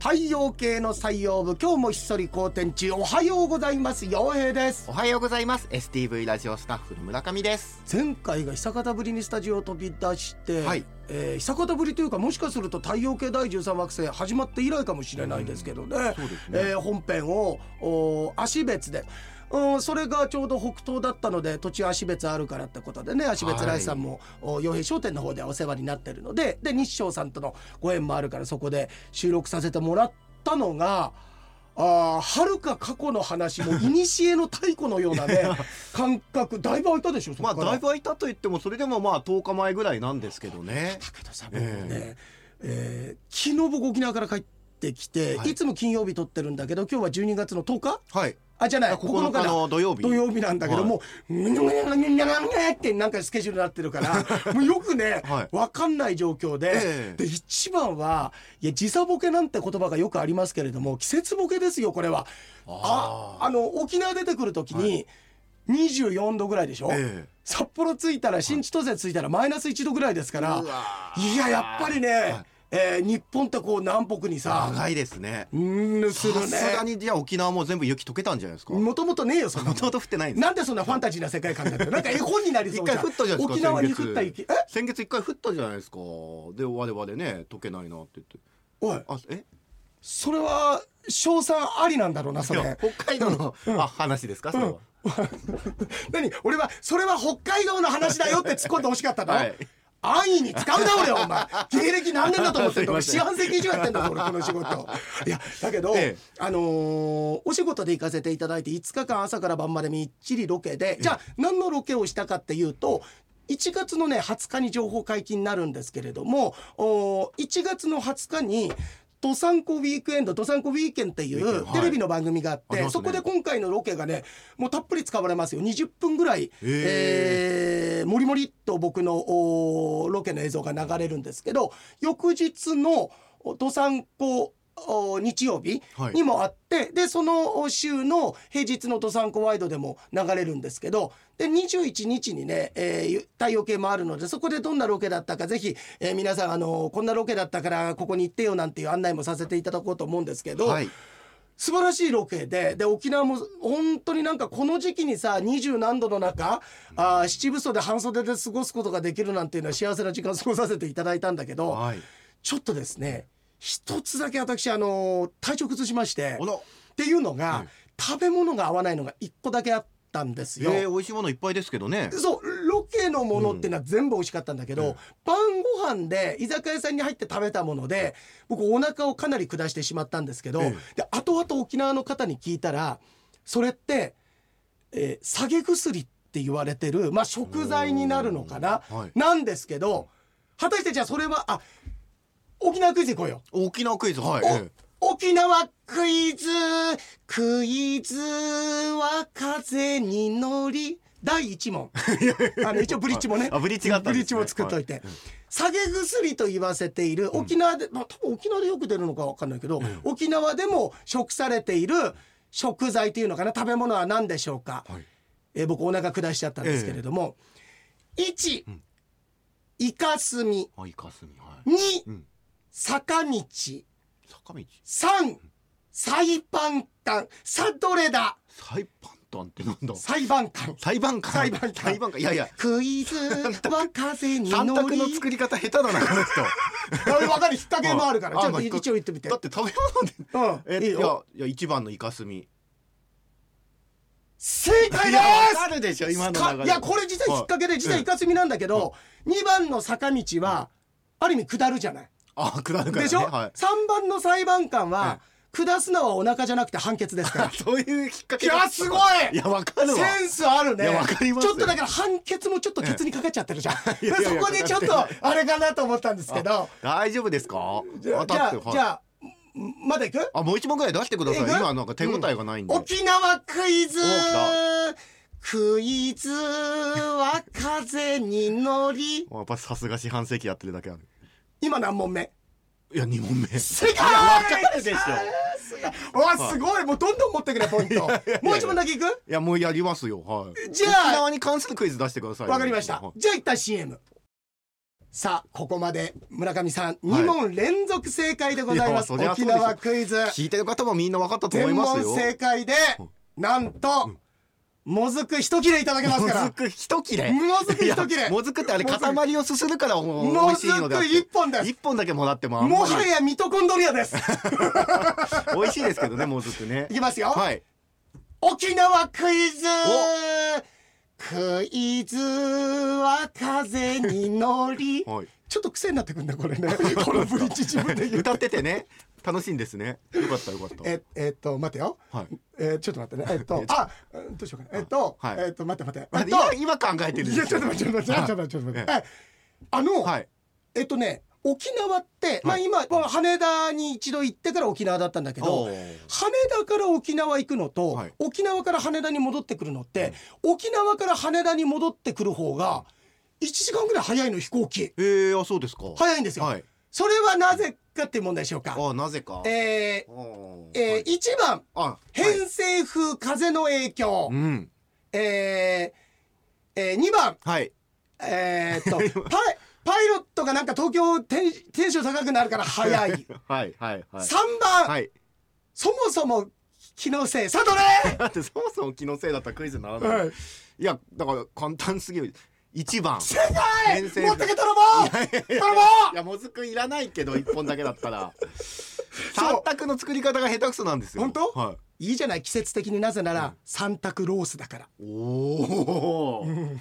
太陽系の採用部、今日もひっそり好天中。おはようございます。陽平です。 おはようございます。 STV ラジオスタッフの村上です。 前回が久方ぶりにスタジオを飛び出して、 はい、 久方ぶりというか、もしかすると太陽系第13惑星始まって以来かもしれないですけどね、 そうですね、 本編を芦別で、それがちょうど北東だったので、途中芦別あるからってことでね、芦別ライスさんも陽平商店の方でお世話になってるので、日照さんとのご縁もあるから、そこで収録させてもらったのが、はるか過去の話も古の太古のようなね感覚。だいぶ空いたでしょ。 まあだいぶ空いたと言っても、それでもまあ10日前ぐらいなんですけどね。 だけどさ、僕ね、昨日僕沖縄から帰ってきて、いつも金曜日撮ってるんだけど、今日は12月の10日、 はい、 じゃない、 9日の土曜日なんだけど、もうってなんかスケジュールになってるからもうよくね、分かんない状況で、で一番は、いや時差ボケなんて言葉がよくありますけれども、季節ボケですよこれは。沖縄出てくる時に、24度ぐらいでしょ、札幌着いたら、新千歳着いたらマイナス1度ぐらいですから、いややっぱりね、日本ってこう南北にさ長いですね。 するね。 さすがにじゃあ沖縄も全部雪溶けたんじゃないですか。 もともとねえよ、そんなもともと降ってないんです。 なんでそんなファンタジーな世界観だってなんか絵本になりそうじゃん。 一回降ったじゃないですか。 沖縄に降った雪。 先月一回降ったじゃないですか。で我々ね、溶けないなって言って。 おい、それは賞賛ありなんだろうな、それ。 北海道の、話ですか、それは。 何、俺はそれは北海道の話だよって突っ込んでほしかったの。安易に使うな俺、お前芸歴何年だと思ってんの。四半世紀以上やってんだぞ俺、この仕事。いやだけど、お仕事で行かせていただいて5日間朝から晩までみっちりロケで、じゃあ何のロケをしたかっていうと、1月のね20日に情報解禁になるんですけれども、1月の20日にどさんこウィークエンド、どさんこウィーケンっていうテレビの番組があって、そこで今回のロケがね、もうたっぷり使われますよ。20分ぐらい、もりもりっと僕のロケの映像が流れるんですけど、翌日のどさんこ日曜日にもあって、でその週の平日のどさんこワイドでも流れるんですけど、で21日にね、太陽系もあるので、そこでどんなロケだったかぜひ、皆さんこんなロケだったからここに行ってよなんていう案内もさせていただこうと思うんですけど、素晴らしいロケで、沖縄も本当になんかこの時期にさ、20何度の中、七分袖半袖で過ごすことができるなんていうのは幸せな時間を過ごさせていただいたんだけど、ちょっとですね、一つだけ私体調崩しまして、っていうのが、食べ物が合わないのが一個だけあったんですよ。 美味しいものいっぱいですけどね。 そうロケのものっていうのは全部美味しかったんだけど、晩ご飯で居酒屋さんに入って食べたもので、僕お腹をかなり下してしまったんですけど、で後々沖縄の方に聞いたら、それって、下げ薬って言われてる、食材になるのかな、なんですけど、果たしてじゃあそれは沖縄クイズいこうよ。 沖縄クイズ、 沖縄クイズは風に乗り、第1問一応ブリッジもね、 ブリッジがあったんですね。 ブリッジも作っといて、下げ薬と言わせている沖縄で、多分沖縄でよく出るのか分かんないけど、沖縄でも食されている食材というのかな、食べ物は何でしょうか。僕お腹下しちゃったんですけれども、1、イカスミ、2、坂道、3、裁判官。さあどれだ。 裁判官ってなんだ。 裁判官。いやいや、クイズは風に乗り。 三択の作り方下手だなこの人。 分かる、引っ掛けもあるから、ちょっと一応言ってみて。 だって食べ物で、いや1番のイカスミ。 正解です。 あるでしょ今の流れ。 いやこれ実は引っ掛けで、実はイカスミなんだけど、2番の坂道はある意味下るじゃない。 下るからね。 でしょ。3番の裁判官は下すのはお腹じゃなくて判決ですからそういう引っ掛け。 いやすごい。 いやわかるわ。 センスあるね。 いやわかります。 ちょっとだから判決もちょっとケツにかかっちゃってるじゃん。そこでちょっとあれかなと思ったんですけど。 大丈夫ですか。 じゃあまだいく。 もう一問ぐらい出してください。今なんか手応えがないんで。 沖縄クイズ。クイズは風に乗り。 やっぱさすが四半世紀やってるだけある。 今何問目。 いや2問目。 正解。 わかるでしょ。 わすごい。もうどんどん持ってくれポイント。もう一問だけいく。 いやもうやりますよ。 じゃあ沖縄に関するクイズ出してください。 わかりました。じゃあ一旦 CM。 さあここまで村上さん2問連続正解でございます。沖縄クイズ聞いてる方もみんな分かったと思いますよ。 全問正解でなんともずく一切れいただけますから。 もずく一切れ。 もずく一切れ。 もずくってあれ塊をすするから美味しいのであって。 もずく一本です。 一本だけもらってももはやミトコンドリアです。 美味しいですけどね、もずくね。 いきますよ。 はい。 沖縄クイズ。クイズは風に乗り。はい、ちょっと癖になってくんだこれね。このブリッジ自分で歌っててね。楽しいんですね。よかったよかった。 待てよ。 はい。 ちょっと待ってね。どうしようかな。待って。 今考えてるんですよ。 いやちょっと待って。はい。沖縄って今羽田に一度行ってから沖縄だったんだけど、羽田から沖縄行くのと沖縄から羽田に戻ってくるのって沖縄から羽田に戻ってくる方が1時間ぐらい早いの飛行機。 あ、そうですか。 早いんですよ。それはなぜかっていう問題でしょうか。 なぜか。 1番偏西風風の影響。2番パイロットがなんか東京テンション高くなるから早い。3番そもそも気のせい。さあどれ？ だってそもそも気のせいだったらクイズにならない。いやだから簡単すぎる。1番正解。持ってけ泥棒。 いやもずくいらないけど1本だけだったら。三択の作り方が下手くそなんですよ。 本当？いいじゃない、季節的に。なぜなら三択ロースだから。おお。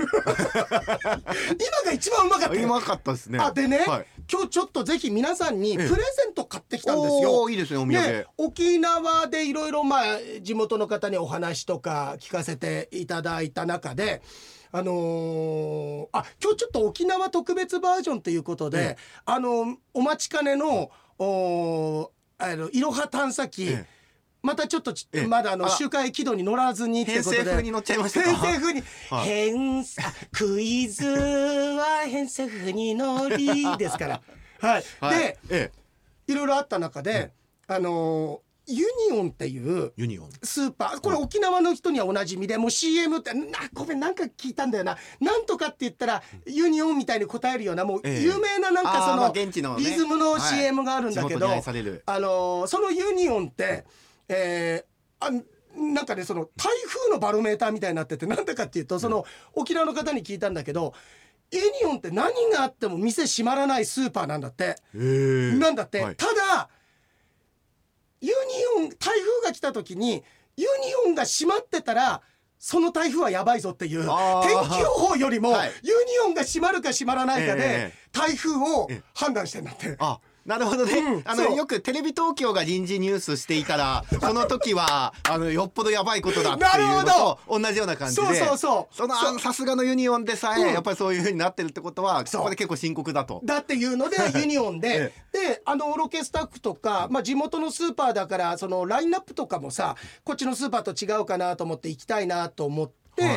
今が一番うまかった。 うまかったですね。 でね、今日ちょっとぜひ皆さんにプレゼント買ってきたんですよ。 いいですね、お土産。 沖縄でいろいろ地元の方にお話とか聞かせていただいた中で。今日ちょっと沖縄特別バージョンということで、お待ちかねのいろは探査機、またちょっとまだ周回軌道に乗らずにってことで偏西風に乗っちゃいましたか。 偏西風に、クイズは偏西風に乗りですから。で、いろいろあった中で、ユニオンっていうスーパー、これ沖縄の人にはおなじみで、もう CM ってごめんなんか聞いたんだよな、なんとかって言ったらユニオンみたいに答えるようなもう有名ななんかそのリズムの CM があるんだけど、そのユニオンってなんかね、その台風のバロメーターみたいになってて、なんでかっていうとその沖縄の方に聞いたんだけど、ユニオンって何があっても店閉まらないスーパーなんだって。なんだって、ただユニオン台風が来た時にユニオンが閉まってたらその台風はやばいぞっていう天気予報よりもユニオンが閉まるか閉まらないかで台風を判断してんだって。 なるほどね、よくテレビ東京が臨時ニュースしていたらその時はよっぽどやばいことだっていうのと同じような感じで、さすがのユニオンでさえやっぱりそういう風になってるってことはここで結構深刻だとだっていうのでユニオンででロケスタッフとか、地元のスーパーだからそのラインナップとかもさ、こっちのスーパーと違うかなと思って行きたいなと思って、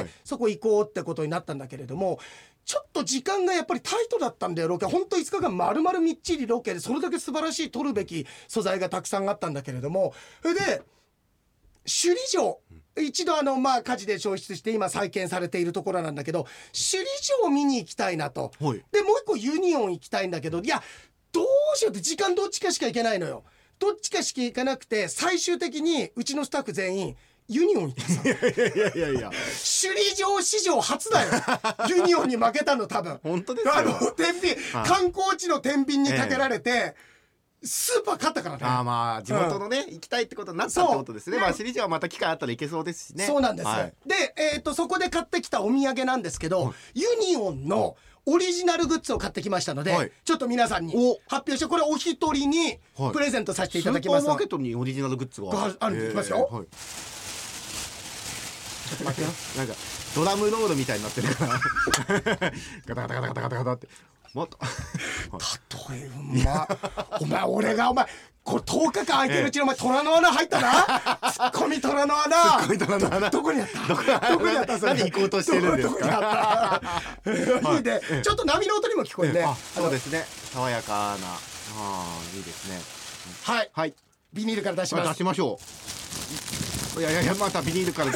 そこ行こうってことになったんだけれども、ちょっと時間がやっぱりタイトだったんだよ。ロケ本当5日間丸々みっちりロケで、それだけ素晴らしい撮るべき素材がたくさんあったんだけれども、それで首里城一度火事で焼失して今再建されているところなんだけど、首里城を見に行きたいなと。でもう一個ユニオン行きたいんだけど、いやどうしようって、時間どっちかしか行けないのよ。どっちかしか行かなくて、最終的にうちのスタッフ全員ユニオン行ってさ。 いや首里城史上初だよ。ユニオンに負けたの多分。 本当ですよ。 天秤、観光地の天秤にかけられて、スーパー勝ったからね。 地元のね、行きたいってことになったってことですね。首里城はまた機会あったら行けそうですしね。 そうなんです。で、そこで買ってきたお土産なんですけど、ユニオンのオリジナルグッズを買ってきましたので、ちょっと皆さんに発表して、これお一人にプレゼントさせていただきます。 スーパーマーケットにオリジナルグッズがあるんでいきますよ。 ちょっと待ってよ、なんかドラムロールみたいになってるからガタガタガタガタガタガタってもっと例えお前俺がこれ10日間空いてるうちにお前虎の穴入ったな。ツッコミ虎の穴。どこにあった？どこにあった？ 何行こうとしてるんですか？ いいね。ちょっと波の音にも聞こえるね。 そうですね。爽やかな。いいですね。 はい。ビニールから出します。 出しましょう。いやまたビニールから出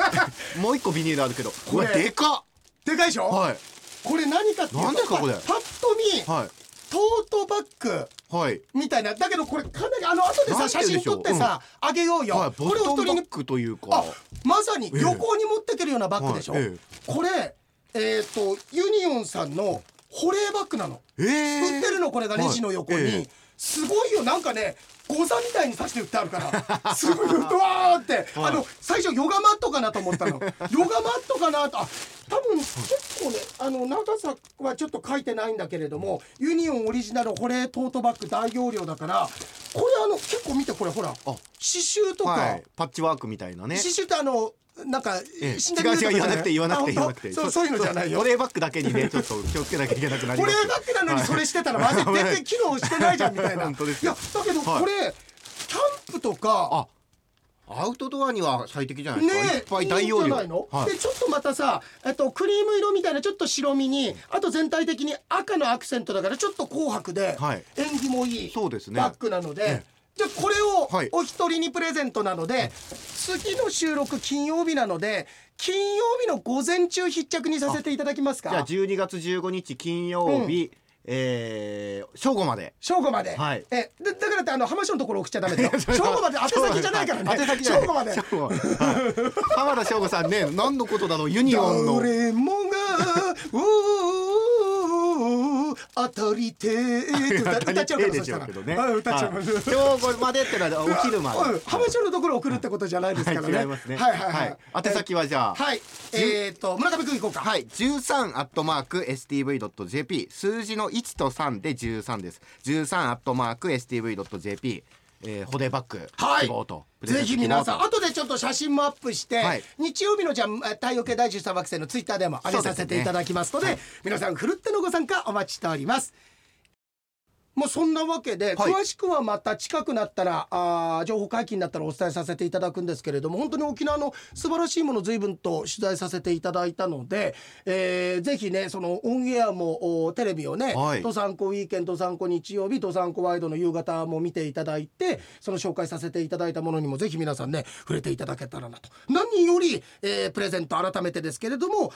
す。もう一個ビニールあるけど、これでかっ。 でかいでしょ？ はい。 これ何かっていうと、 何ですかこれ？ パッ見、トートバッグみたいな、だけどこれかなり後でさ写真撮ってさあげようよ。 これボストンバッグというか、 まさに旅行に持ってけるようなバッグでしょ。これユニオンさんの保冷バッグなの。売ってるのこれがレジの横に。すごいよ、なんかねゴザみたいに刺して売ってあるからすごいドワーって、最初ヨガマットかなと思ったの。ヨガマットかなと、多分結構ね長さはちょっと書いてないんだけれども、ユニオンオリジナル保冷トートバッグ大容量だから、これ結構見て、これほら刺繍とか、 パッチワークみたいなね。 刺繍ってなんか、 違う言わなくてそういうのじゃないよ。 保冷バッグだけにねちょっと気をつけなきゃいけなくなります。 保冷バッグなのにそれしてたらまず全然機能してないじゃんみたいな。いやだけどこれキャンプとかアウトドアには最適じゃないですか。いっぱい大容量。 でちょっとまたさクリーム色みたいなちょっと白身に、あと全体的に赤のアクセントだからちょっと紅白で縁起もいいバッグなので、じゃあこれをお一人にプレゼントなので、次の収録金曜日なので金曜日の午前中必着にさせていただきますか。 じゃあ12月15日金曜日、正午まで。 正午まで。だからって浜松のところ送っちゃダメだよ。正午まで宛先じゃないからね。 宛先じゃない。 正午まで。 浜田省吾さんね、何のことだろう。ユニオンの。 誰もが当たりてーって歌っちゃうから、そしたら歌っちゃう。 正午までってのはお昼まで。 浜松のところ送るってことじゃないですからね。 違いますね。宛先はじゃあ村上くん行こうか。 13@stv.jp、数字の1と3で13です。13@stv.jp、保冷バッグ希望と。 ぜひ皆さん後でちょっと写真もアップして、日曜日のじゃあ太陽系第13惑星のツイッターでも上げさせていただきますので、皆さんふるってのご参加お待ちしております。もうそんなわけで、詳しくはまた近くなったら情報解禁になったらお伝えさせていただくんですけれども、本当に沖縄の素晴らしいもの随分と取材させていただいたので、ぜひねそのオンエアもテレビをね、どさんこウィーケンド、どさんこ日曜日、どさんこワイドの夕方も見ていただいて、その紹介させていただいたものにもぜひ皆さんね触れていただけたらなと。何より、プレゼント改めてですけれども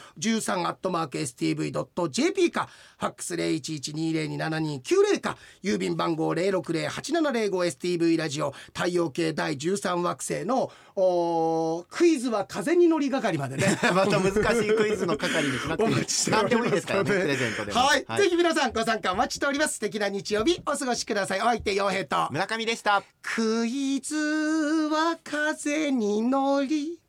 13@stv.jp かファックス 0112027290 か郵便番号 060-8705 STV ラジオ太陽系第13惑星のクイズは風に乗り係までねまた難しいクイズの係にしなくていい何でもいいですからね、プレゼントでも。 ぜひ皆さんご参加お待ちしております。素敵な日曜日お過ごしください。お相手陽平と村上でした。 クイズは風に乗り